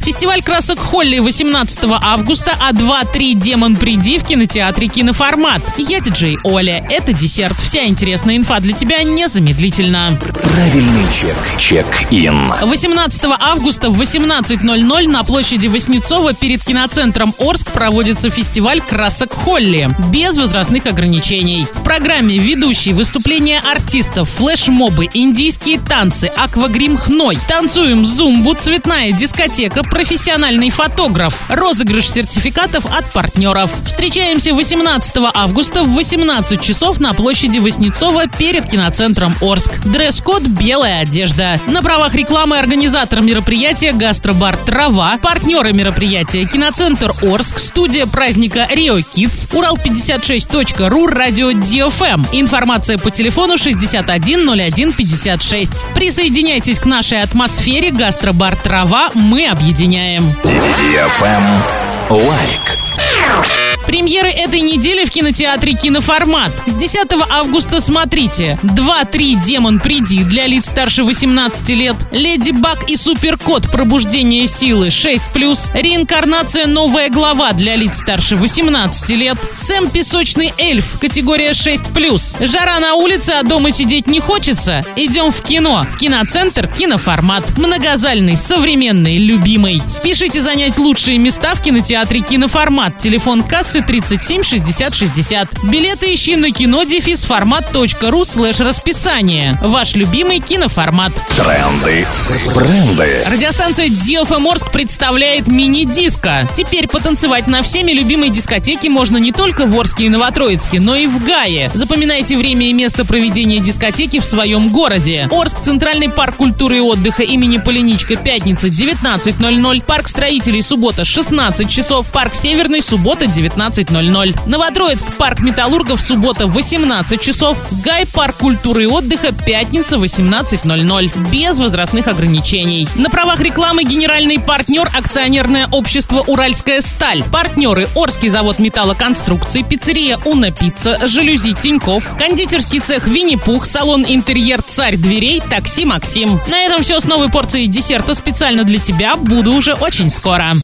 Фестиваль красок Холли 18 августа, а 2-3 «Демон, приди» в кинотеатре «Киноформат». Я диджей Оля. Это десерт. Вся интересная инфа для тебя незамедлительно. Правильный чек. Чек-ин. 18 августа в 18:00 на площади Васнецова перед киноцентром Орск проводится фестиваль красок Холли. Без возрастных ограничений. В программе ведущие выступления артистов, флешмобы, индийские танцы, аквагрим Хной. Танцуем зумбу, цветная дискотека, профессиональный фотограф. Розыгрыш сертификатов от партнеров. Встречаемся 18 августа в 18 часов на площади Васнецова перед киноцентром Орск. Дресс-код «Белая одежда». На правах рекламы организатор мероприятия «Гастробар Трава», партнеры мероприятия «Киноцентр Орск», студия праздника «Рио Kids», Урал56.ру, радио DFM. Информация по телефону 61 01 56. Присоединяйтесь к нашей атмосфере. «Гастробар Трава». Мы объединяем. DFM лайк. Премьеры этой недели в кинотеатре «Киноформат». С 10 августа смотрите 2-3 «Демон, приди» для лиц старше 18 лет, «Леди Баг и Суперкот. Пробуждение силы» 6+, «Реинкарнация. Новая глава» для лиц старше 18 лет, «Сэм Песочный эльф» категория 6+. Жара на улице, а дома сидеть не хочется? Идем в кино. Киноцентр «Киноформат». Многозальный, современный, любимый. Спешите занять лучшие места в кинотеатре «Киноформат». Телефон кассы 37 60 60. Билеты ищи на кино-формат.ру/расписание. Ваш любимый «Киноформат». Тренды. Бренды. Радиостанция DFM Орск представляет мини-диско. Теперь потанцевать на всеми любимой дискотеке можно не только в Орске и Новотроицке, но и в Гае. Запоминайте время и место проведения дискотеки в своем городе. Орск, Центральный парк культуры и отдыха имени Полиничка, пятница 19:00. Парк строителей, суббота 16 часов. Парк Северный, суббота 19:00. Новотроицк, парк металлургов, суббота 18 часов. Гай, парк культуры и отдыха, пятница 18:00. Без возрастных ограничений. На правах рекламы генеральный партнер акционерное общество «Уральская сталь». Партнеры: Орский завод металлоконструкций, пиццерия «Уна Пицца», жалюзи Тинькофф, кондитерский цех «Винни-Пух», салон «Интерьер Царь дверей», такси «Максим». На этом все с новой порцией десерта специально для тебя. Буду уже очень скоро.